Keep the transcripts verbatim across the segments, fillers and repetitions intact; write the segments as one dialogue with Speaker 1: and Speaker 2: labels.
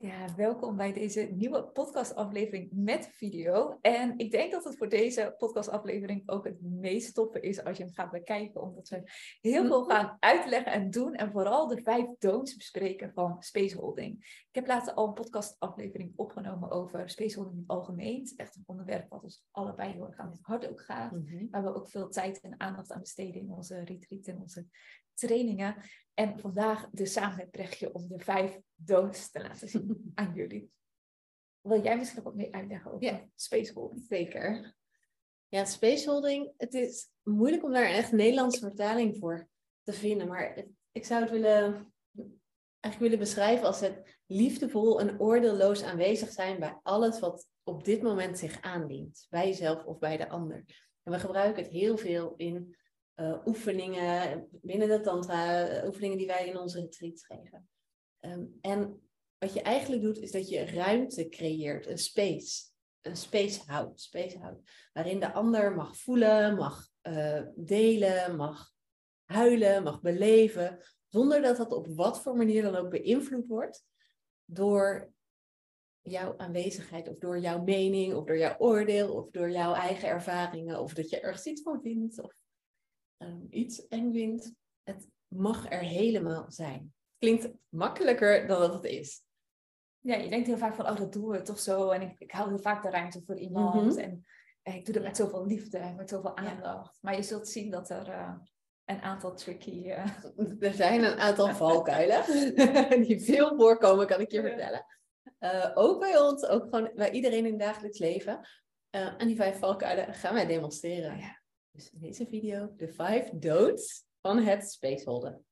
Speaker 1: Ja, welkom bij deze nieuwe podcastaflevering met video. En ik denk dat het voor deze podcastaflevering ook het meest toffe is als je hem gaat bekijken. Omdat we heel veel gaan uitleggen en doen. En vooral de vijf don'ts bespreken van spaceholding. Ik heb laatst al een podcastaflevering opgenomen over spaceholding in het algemeen. Het is echt een onderwerp wat ons allebei heel erg aan het hart ook gaat. Mm-hmm. Waar we ook veel tijd en aandacht aan besteden in onze retreat en onze trainingen. En vandaag dus samen met Brechtje om de vijf don'ts te laten zien aan jullie. Wil jij misschien wat meer uitleggen over ja. spaceholding?
Speaker 2: Zeker. Ja, spaceholding, het is moeilijk om daar een echt Nederlandse vertaling voor te vinden. Maar het, ik zou het willen, eigenlijk willen beschrijven als het liefdevol en oordeelloos aanwezig zijn bij alles wat op dit moment zich aandient. Bij jezelf of bij de ander. En we gebruiken het heel veel in Uh, oefeningen, binnen de tantra, uh, oefeningen die wij in onze retreats geven. Um, en wat je eigenlijk doet, is dat je ruimte creëert, een space. Een space houdt, space houdt, waarin de ander mag voelen, mag uh, delen, mag huilen, mag beleven, zonder dat dat op wat voor manier dan ook beïnvloed wordt door jouw aanwezigheid, of door jouw mening, of door jouw oordeel, of door jouw eigen ervaringen, of dat je ergens iets van vindt, of Um, iets eng vindt. Het mag er helemaal zijn. Klinkt makkelijker dan dat het is.
Speaker 1: Ja, je denkt heel vaak van, oh, dat doen we toch zo. En ik, ik hou heel vaak de ruimte voor iemand. Mm-hmm. En eh, ik doe dat met zoveel liefde en met zoveel aandacht. Ja. Maar je zult zien dat er uh, een aantal tricky... Uh...
Speaker 2: Er zijn een aantal valkuilen. Die veel voorkomen, kan ik je vertellen. Uh, ook bij ons, ook gewoon bij iedereen in het dagelijks leven. Uh, en die vijf valkuilen gaan wij demonstreren. Ja. Dus in deze video de vijf don'ts van het spaceholden.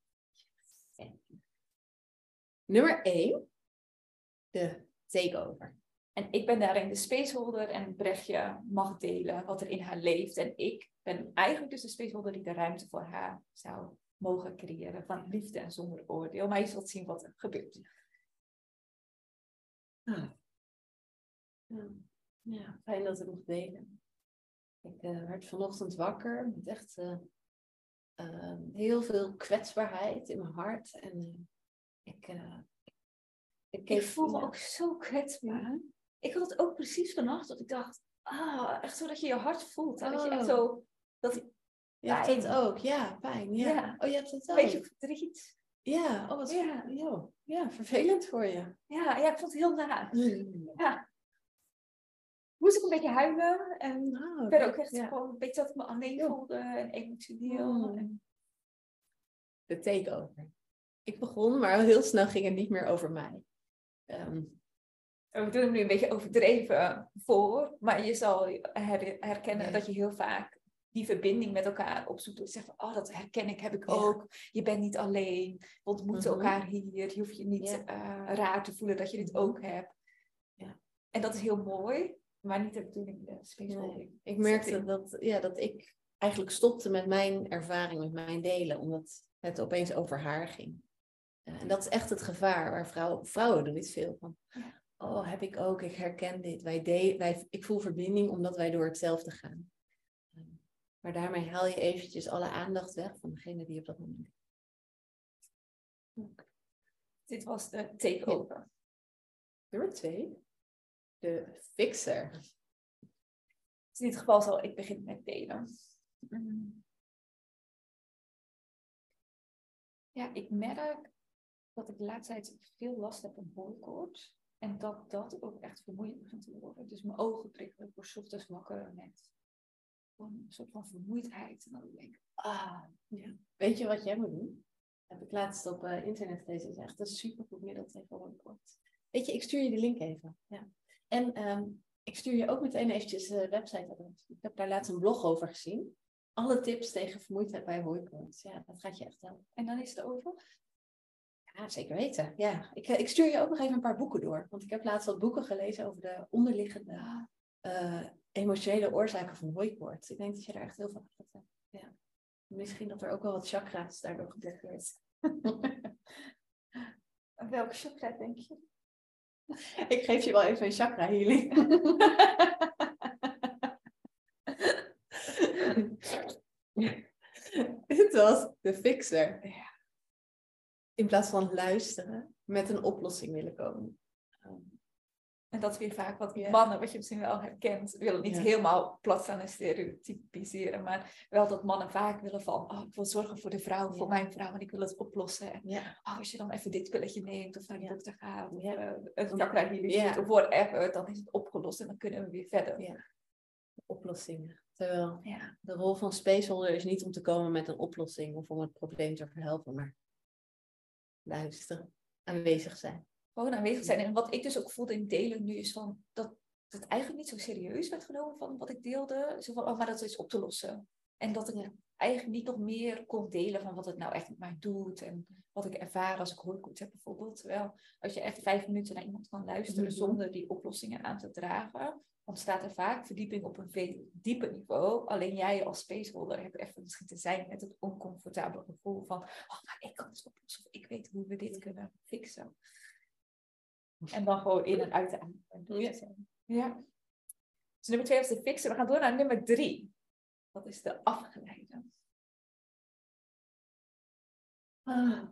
Speaker 2: Nummer één, de takeover.
Speaker 1: En ik ben daarin de spaceholder en Brechtje mag delen wat er in haar leeft. En ik ben eigenlijk dus de spaceholder die de ruimte voor haar zou mogen creëren. Van liefde en zonder oordeel. Maar je zult zien wat er gebeurt.
Speaker 2: Ah. Ja. ja, fijn dat we nog delen. Ik uh, werd vanochtend wakker met echt uh, uh, heel veel kwetsbaarheid in mijn hart. En uh, ik, uh,
Speaker 1: ik, ik voel me ja. ook zo kwetsbaar. Ja. Ik had het ook precies vannacht dat ik dacht, ah, echt zo dat je je hart voelt. Oh. Dat je echt zo, dat
Speaker 2: je hebt het ook, ja, pijn. Ja.
Speaker 1: ja.
Speaker 2: Oh, je hebt het ook.
Speaker 1: Een beetje verdriet.
Speaker 2: Ja, oh, wat ja. Ja. ja, vervelend voor je.
Speaker 1: Ja, ja, ik vond het heel naar. Mm. Ja. Moest ik een beetje huilen. En oh, verder ook echt ja. gewoon een beetje dat ik me alleen voelde. En emotioneel. Mm. En...
Speaker 2: De takeover. Ik begon, maar heel snel ging het niet meer over mij. Um...
Speaker 1: We doen hem nu een beetje overdreven voor. Maar je zal her- herkennen ja. dat je heel vaak die verbinding met elkaar opzoekt. Door te zeggen van, oh, dat herken ik, heb ik ja. ook. Je bent niet alleen. We ontmoeten mm-hmm. elkaar hier. Je hoeft je niet ja. uh, raar te voelen dat je dit ook hebt. Ja. En dat is heel mooi. Maar niet de bedoeling de spaceholding. Nee,
Speaker 2: ik merkte dat, ja, dat ik eigenlijk stopte met mijn ervaring, met mijn delen. Omdat het opeens over haar ging. Uh, en dat is echt het gevaar waar vrouwen, vrouwen doen dit veel van. Oh, heb ik ook, ik herken dit. Wij de, wij, ik voel verbinding omdat wij door hetzelfde gaan. Uh, maar daarmee haal je eventjes alle aandacht weg van degene die op dat moment.
Speaker 1: Okay. Dit was de takeover. Ja.
Speaker 2: Nummer twee. De fixer.
Speaker 1: Dus in dit geval zal ik beginnen met delen. Mm. Ja, ik merk dat ik de laatste tijd veel last heb van hooikoorts. En dat dat ook echt vermoeiend begint te worden. Dus mijn ogen prikkelen. Ik word 's ochtends wakker met een soort van vermoeidheid. En dan denk ik, ah.
Speaker 2: Ja. Weet je wat jij moet doen? Heb ik laatst op uh, internet gelezen. Dat is echt een supergoed middel tegen hooikoorts. Weet je, ik stuur je de link even. Ja. En um, ik stuur je ook meteen eventjes de uh, website. Ik heb daar laatst een blog over gezien. Alle tips tegen vermoeidheid bij hooikoorts. Ja, dat gaat je echt helpen.
Speaker 1: En dan is het over?
Speaker 2: Ja, zeker weten. Ja. Ik, ik stuur je ook nog even een paar boeken door. Want ik heb laatst wat boeken gelezen over de onderliggende uh, emotionele oorzaken van hooikoorts. Ik denk dat je daar echt heel veel aan gaat hebben. Ja. Misschien dat er ook wel wat chakra's daardoor geblokkeerd.
Speaker 1: Welke chakra denk je?
Speaker 2: Ik geef je wel even een chakra healing. Dit was de fixer. In plaats van luisteren, met een oplossing willen komen.
Speaker 1: Um, en dat is weer vaak wat
Speaker 2: Ja.
Speaker 1: mannen, wat je misschien wel herkent, willen niet
Speaker 2: Ja.
Speaker 1: helemaal plat staan en stereotypiseren, maar wel dat mannen vaak willen van, oh, ik wil zorgen voor de vrouw,
Speaker 2: Ja.
Speaker 1: voor mijn vrouw, en ik wil het oplossen. En,
Speaker 2: Ja.
Speaker 1: oh, als je dan even dit pilletje neemt, of naar de
Speaker 2: Ja.
Speaker 1: dokter gaat, of
Speaker 2: Ja.
Speaker 1: uh, een chakra healing
Speaker 2: Ja.
Speaker 1: doet, of whatever, dan is het opgelost en dan kunnen we weer verder.
Speaker 2: Ja. Oplossingen. Terwijl
Speaker 1: Ja.
Speaker 2: de rol van spaceholder is niet om te komen met een oplossing of om het probleem te verhelpen, maar luisteren, aanwezig zijn.
Speaker 1: Gewoon aanwezig zijn. En wat ik dus ook voelde in delen nu is van dat het eigenlijk niet zo serieus werd genomen van wat ik deelde. Zo van, oh, maar dat is op te lossen. En dat ik
Speaker 2: Ja.
Speaker 1: eigenlijk niet nog meer kon delen van wat het nou echt met mij doet. En wat ik ervaar als ik hooikoorts heb bijvoorbeeld. Terwijl als je echt vijf minuten naar iemand kan luisteren
Speaker 2: Mm-hmm.
Speaker 1: zonder die oplossingen aan te dragen, ontstaat er vaak verdieping op een veel dieper niveau. Alleen jij als spaceholder hebt even misschien te zijn met het oncomfortabele gevoel van, oh, maar ik kan het oplossen. Of ik weet hoe we dit kunnen fixen. En dan gewoon in en uit de adem.
Speaker 2: Ja.
Speaker 1: Ja. Dus nummer twee was de fixen. We gaan door naar nummer drie. Dat is de afgeleide.
Speaker 2: Ah.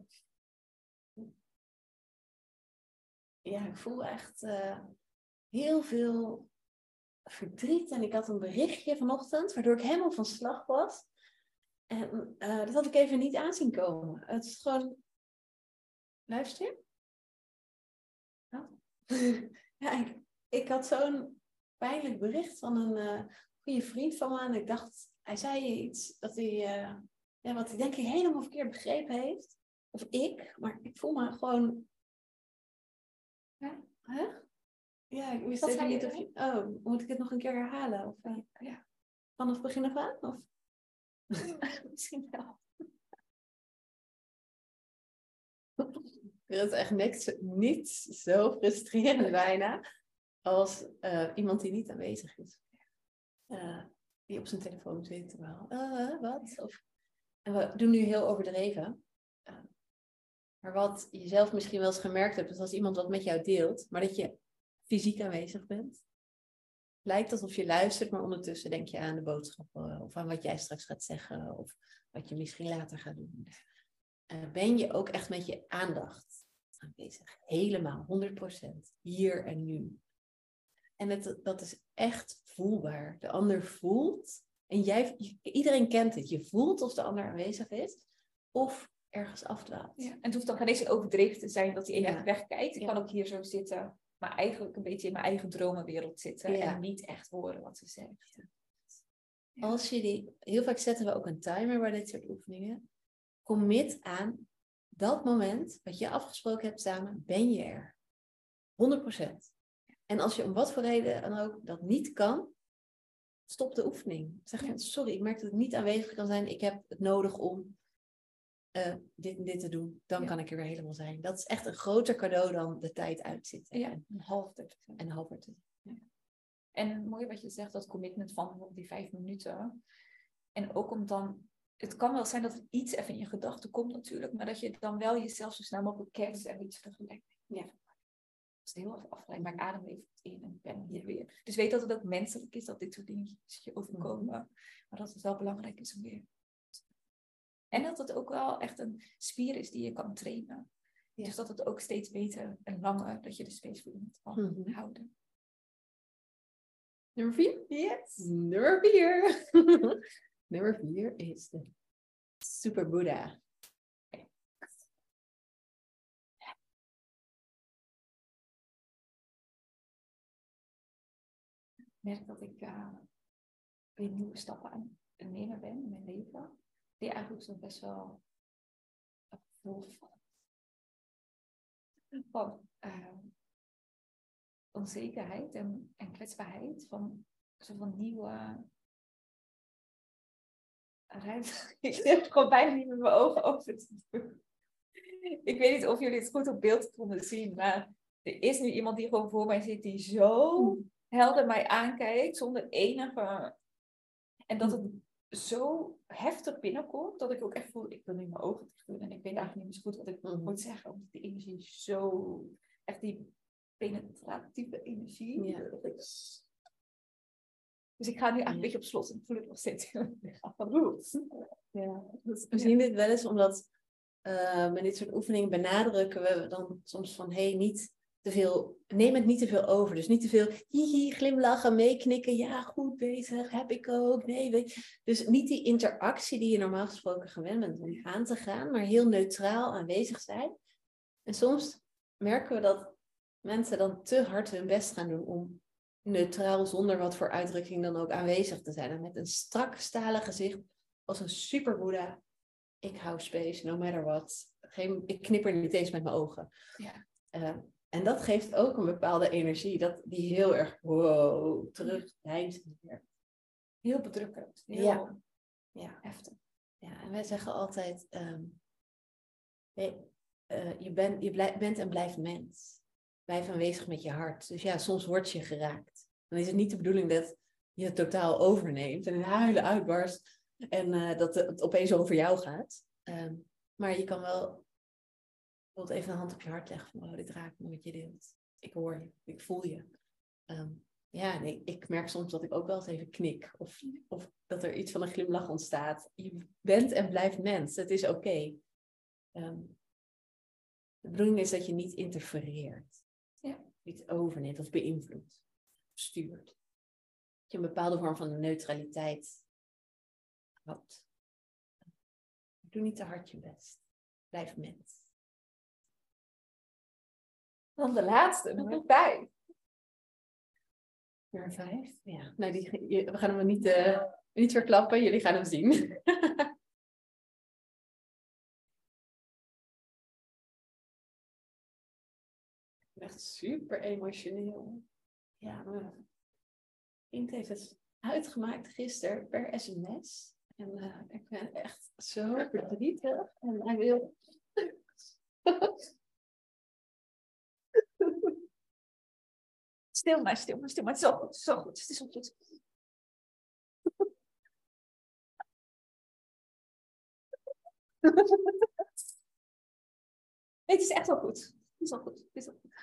Speaker 2: Ja, ik voel echt uh, heel veel verdriet. En ik had een berichtje vanochtend, waardoor ik helemaal van slag was. En uh, dat had ik even niet aanzien komen. Het is gewoon... Luister je? Oh. Ja, ik, ik had zo'n pijnlijk bericht van een uh, goede vriend van me. En ik dacht, hij zei iets dat hij, uh, ja, wat hij denk ik helemaal verkeerd begrepen heeft. Of ik, maar ik voel me gewoon... Ja, huh? Ja, ik wist even niet of je... Oh, moet ik het nog een keer herhalen? Of, uh, ja. Vanaf begin af aan? Of?
Speaker 1: Misschien wel.
Speaker 2: Ik vind het echt niks, niet zo frustrerend bijna als uh, iemand die niet aanwezig is. Uh, die op zijn telefoon zit. Terwijl, uh, wat? Of, en we doen nu heel overdreven. Uh, maar wat je zelf misschien wel eens gemerkt hebt, is als iemand wat met jou deelt, maar dat je fysiek aanwezig bent. Lijkt alsof je luistert, maar ondertussen denk je aan de boodschappen of aan wat jij straks gaat zeggen of wat je misschien later gaat doen. Uh, ben je ook echt met je aandacht aanwezig. Helemaal, honderd procent. Hier en nu. En het, dat is echt voelbaar. De ander voelt. En jij, iedereen kent het. Je voelt of de ander aanwezig is. Of ergens afdwaalt.
Speaker 1: Ja, en het hoeft dan geen eens overdreven te zijn dat hij echt
Speaker 2: ja.
Speaker 1: wegkijkt. Ik
Speaker 2: ja.
Speaker 1: kan ook hier zo zitten. Maar eigenlijk een beetje in mijn eigen dromenwereld zitten. Ja. En niet echt horen wat ze zegt. Ja.
Speaker 2: Ja. Als je die... Heel vaak zetten we ook een timer bij dit soort oefeningen. Commit aan dat moment wat je afgesproken hebt samen, ben je er. honderd procent. En als je om wat voor reden dan ook dat niet kan, stop de oefening. Zeg je, sorry, ik merk dat ik niet aanwezig kan zijn. Ik heb het nodig om uh, dit en dit te doen. Dan ja. kan ik er weer helemaal zijn. Dat is echt een groter cadeau dan de tijd uitzitten.
Speaker 1: Ja, en een half te
Speaker 2: En een half te
Speaker 1: ja. En mooi wat je zegt, dat commitment van die vijf minuten. En ook om dan... Het kan wel zijn dat er iets even in je gedachten komt natuurlijk, maar dat je dan wel jezelf zo snel mogelijk kent en iets tegelijk. Ja. Dat is heel erg afgeleid, maar ik adem even in en ben hier weer. Dus weet dat het ook menselijk is dat dit soort dingetjes je overkomen, maar dat het wel belangrijk is om weer. En dat het ook wel echt een spier is die je kan trainen. Ja. Dus dat het ook steeds beter en langer, dat je de space voor iemand kan mm-hmm. houden.
Speaker 2: Nummer vier?
Speaker 1: Yes!
Speaker 2: Nummer vier! Nummer vier is de Super Boeddha.
Speaker 1: Ik merk dat ik uh, weer nieuwe stappen aan het nemen ben in mijn leven. Die eigenlijk zo best wel vol van, van uh, onzekerheid en, en kwetsbaarheid. Van zo van nieuwe... ruimte. Ik heb gewoon bijna niet met mijn ogen open te doen. Ik weet niet of jullie het goed op beeld konden zien, maar er is nu iemand die gewoon voor mij zit die zo helder mij aankijkt, zonder enige... En dat het zo heftig binnenkomt, dat ik ook echt voel, ik wil nu mijn ogen dicht doen en ik weet eigenlijk niet meer zo goed wat ik mm. moet zeggen, omdat die energie zo... Echt die penetratieve energie...
Speaker 2: Ja.
Speaker 1: Dus ik ga nu eigenlijk ja. een beetje op slot en ik voel het nog steeds heel erg van
Speaker 2: ja. We ja. zien dit wel eens omdat uh, bij dit soort oefeningen benadrukken we dan soms van hé, hey, niet te veel, neem het niet te veel over. Dus niet te veel hihi, glimlachen, meeknikken. Ja, goed bezig, heb ik ook. Nee, weet. Dus niet die interactie die je normaal gesproken gewend bent om aan te gaan, maar heel neutraal aanwezig zijn. En soms merken we dat mensen dan te hard hun best gaan doen om neutraal, zonder wat voor uitdrukking dan ook aanwezig te zijn. En met een strak stalen gezicht, als een superboeddha. Ik hou space, no matter what. Geen, ik knipper niet eens met mijn ogen.
Speaker 1: Ja.
Speaker 2: Uh, en dat geeft ook een bepaalde energie, dat die heel erg wow, terug werkt.
Speaker 1: Heel bedrukkend. Heel
Speaker 2: ja. ja.
Speaker 1: heftig.
Speaker 2: Ja, en wij zeggen altijd, um, hey, uh, je, ben, je blij, bent en blijft mens. Blijf aanwezig met je hart. Dus ja, soms word je geraakt. Dan is het niet de bedoeling dat je het totaal overneemt en in huilen uitbarst en uh, dat het opeens over jou gaat. Um, maar je kan wel bijvoorbeeld even een hand op je hart leggen van, oh, dit raakt me wat je deelt. Ik hoor je, ik voel je. Um, ja, nee, ik merk soms dat ik ook wel eens even knik. Of, of dat er iets van een glimlach ontstaat. Je bent en blijft mens. Het is oké. Okay. Um, de bedoeling is dat je niet interfereert.
Speaker 1: Ja.
Speaker 2: Niet overneemt of beïnvloedt. Of stuurt. Dat je een bepaalde vorm van neutraliteit houdt. Doe niet te hard je best. Blijf mens.
Speaker 1: Dan de laatste, nummer vijf.
Speaker 2: Nummer vijf? Ja. Nou, die, we gaan hem niet, uh, niet verklappen. Jullie gaan hem zien. Echt super emotioneel. Ja, mijn vriend heeft het uitgemaakt gisteren per sms. En uh, ik ben echt zo verdrietig. En hij wil...
Speaker 1: Stil maar, stil maar, stil maar. Het is al goed, het is al goed, het is al goed. Nee, het is echt al goed. Het is al goed, het is al goed.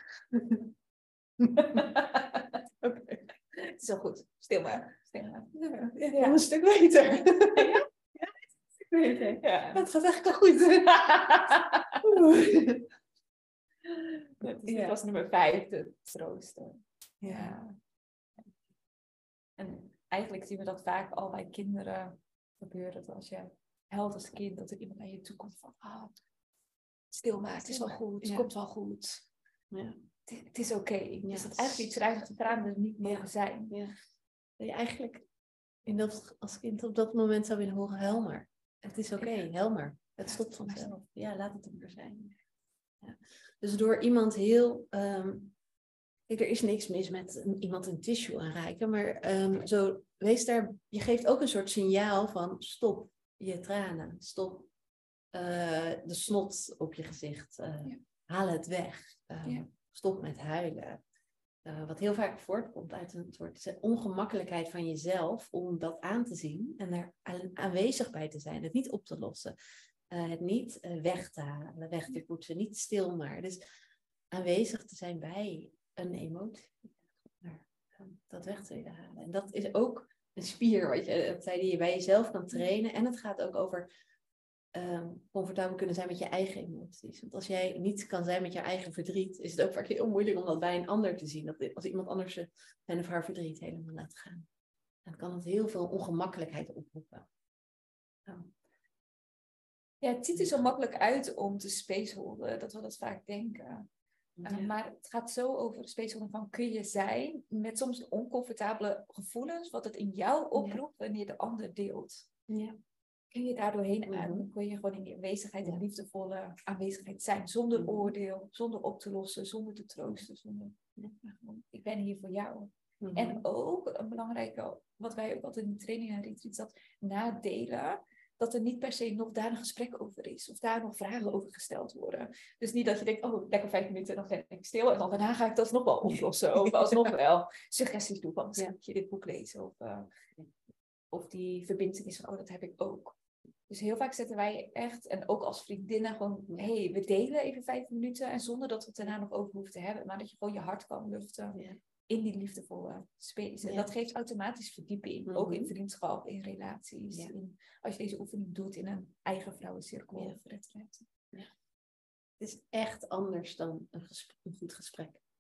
Speaker 1: Oké. Okay. Het is al goed. Stil maar, stil maar.
Speaker 2: Ja, ja, ja. Een stuk beter. Ja? Ja, een stuk beter. Ja. Het gaat echt al goed.
Speaker 1: Dat is, ja. was nummer vijf, de troosten.
Speaker 2: Ja.
Speaker 1: Ja. En eigenlijk zien we dat vaak al bij kinderen gebeuren. Dat als je huilt als kind, dat er iemand naar je toe komt van... Oh, stil maar, het is wel goed, het ja. komt wel goed.
Speaker 2: Ja.
Speaker 1: Het, het is oké. Okay. Ja. Dus dat eigenlijk iets eruit tranen er niet mogen ja. zijn.
Speaker 2: Ja. Dat je eigenlijk in dat, als kind op dat moment zou willen horen, huil maar. Het is oké, okay, ja. huil maar. Het stopt vanzelf. Ja, laat het er maar zijn. Ja. Dus door iemand heel... Um, kijk, er is niks mis met een, iemand een tissue aanreiken, maar um, zo, wees daar, je geeft ook een soort signaal van stop je tranen, stop uh, de snot op je gezicht, uh, ja. haal het weg, uh, ja. stop met huilen. Uh, wat heel vaak voortkomt uit een soort ongemakkelijkheid van jezelf om dat aan te zien en er aan, aanwezig bij te zijn, het niet op te lossen. Uh, het niet uh, weg te halen, weg te poetsen, niet stil maar. Dus aanwezig te zijn bij een emotie. Maar, um, dat weg te willen halen. En dat is ook een spier wat je, dat zei, die je bij jezelf kan trainen. En het gaat ook over um, comfortabel kunnen zijn met je eigen emoties. Want als jij niet kan zijn met je eigen verdriet, is het ook vaak heel moeilijk om dat bij een ander te zien. Dat als iemand anders zijn of haar verdriet helemaal laat gaan. Dan kan het heel veel ongemakkelijkheid oproepen. Um,
Speaker 1: Ja, het ziet er zo makkelijk uit om te spaceholden, dat we dat vaak denken. Ja. Uh, maar het gaat zo over spaceholden van kun je zijn met soms oncomfortabele gevoelens, wat het in jou oproept ja. wanneer de ander deelt.
Speaker 2: Ja.
Speaker 1: Kun je daar doorheen mm-hmm. aan, kun je gewoon in die aanwezigheid en ja. liefdevolle aanwezigheid zijn, zonder mm-hmm. oordeel, zonder op te lossen, zonder te troosten. Zonder, ja, gewoon, ik ben hier voor jou. Mm-hmm. En ook een belangrijke, wat wij ook altijd in de training en retreats, dat nadelen. Dat er niet per se nog daar een gesprek over is. Of daar nog vragen over gesteld worden. Dus niet dat je denkt, oh, lekker vijf minuten, dan ben ik stil. En dan daarna ga ik dat nog wel oplossen. Of alsnog wel suggesties doen van, misschien moet je dit boek lezen. Of, uh, of die verbintenis van, oh, dat heb ik ook. Dus heel vaak zetten wij echt, en ook als vriendinnen, gewoon, hé, hey, we delen even vijf minuten. En zonder dat we het daarna nog over hoeven te hebben. Maar dat je gewoon je hart kan luchten. Ja. In die liefdevolle space. En ja. dat geeft automatisch verdieping. Mm-hmm. Ook in vriendschap, in relaties. Ja. In, als je deze oefening doet in een eigen vrouwencirkel ja. of retreat.
Speaker 2: Ja. Het is echt anders dan een, gesprek, een goed gesprek.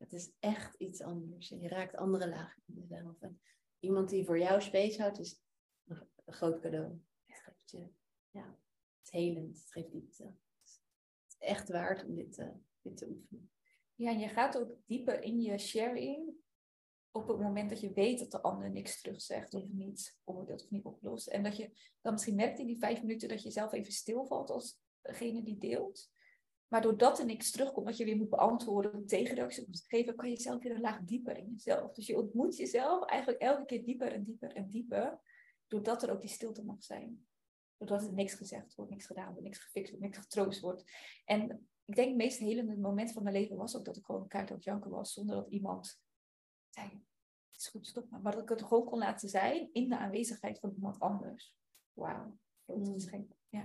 Speaker 2: het is echt iets anders. En je raakt andere lagen in jezelf. En iemand die voor jou space houdt, is een groot cadeau. Het geeft je, ja, het is helend, het geeft diepte. Het is echt waard om dit, uh, dit te oefenen.
Speaker 1: Ja, en je gaat ook dieper in je sharing op het moment dat je weet dat de ander niks terugzegt of niets oordeelt of niet oplost. En dat je dan misschien merkt in die vijf minuten dat je zelf even stilvalt als degene die deelt. Maar doordat er niks terugkomt, wat je weer moet beantwoorden, tegenreactie moet geven, kan je zelf weer een laag dieper in jezelf. Dus je ontmoet jezelf eigenlijk elke keer dieper en dieper en dieper, doordat er ook die stilte mag zijn. Doordat er niks gezegd wordt, niks gedaan wordt, niks gefixt wordt, niks getroost wordt. En ik denk het meest helende moment van mijn leven was ook dat ik gewoon kaart aan het janken was, zonder dat iemand zei, het is goed, stop maar. Maar dat ik het gewoon kon laten zijn in de aanwezigheid van iemand anders. Wauw, groot geschenk. Ja.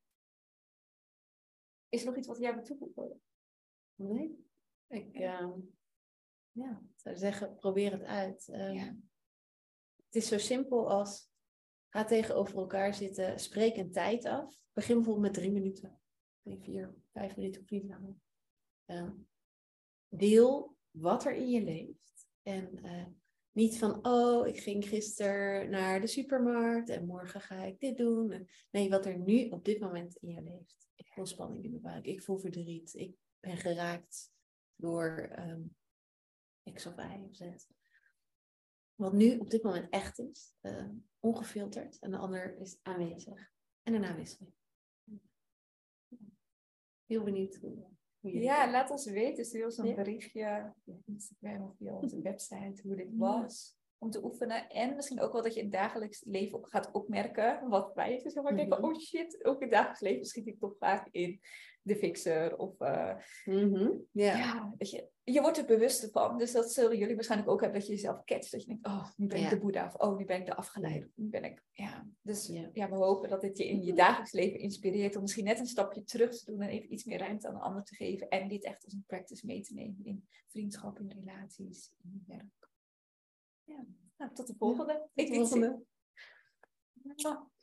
Speaker 1: Is er nog iets wat jij wil toevoegen?
Speaker 2: Nee. Ik uh, ja, zou zeggen, probeer het uit. Um, ja. Het is zo simpel als, ga tegenover elkaar zitten, spreek een tijd af. Begin bijvoorbeeld met drie minuten. Drie, vier, vijf minuten of niet langer. Uh, deel wat er in je leeft. En uh, niet van, oh, ik ging gisteren naar de supermarkt en morgen ga ik dit doen. Nee, wat er nu op dit moment in je leeft. Ik voel spanning in mijn buik, ik voel verdriet, ik ben geraakt door um, X of Y of Z. Wat nu op dit moment echt is, uh, ongefilterd, en de ander is aanwezig. En een aanwisseling. Heel benieuwd hoe, hoe je
Speaker 1: Ja, laat ons weten, stuur ons een ja. berichtje via Instagram of via onze website hoe dit was. Om te oefenen. En misschien ook wel dat je in het dagelijks leven gaat opmerken wat bij je is. Maar mm-hmm. denken, oh shit, ook in het dagelijks leven schiet ik toch vaak in de fixer. Of uh,
Speaker 2: mm-hmm. yeah.
Speaker 1: ja, weet je, je wordt er bewust van. Dus dat zullen jullie waarschijnlijk ook hebben, dat je jezelf catcht. Dat je denkt, oh, nu ben ik ja. de Boeddha. Of oh, nu ben ik de afgeleide. Of nu ben ik, ja. Dus ja. ja, we hopen dat dit je in je dagelijks leven inspireert. Om misschien net een stapje terug te doen. En even iets meer ruimte aan de ander te geven. En dit echt als een practice mee te nemen. In vriendschap, in relaties, in je werk. Ja. Nou, tot de volgende.
Speaker 2: Ja, tot de volgende.
Speaker 1: Ik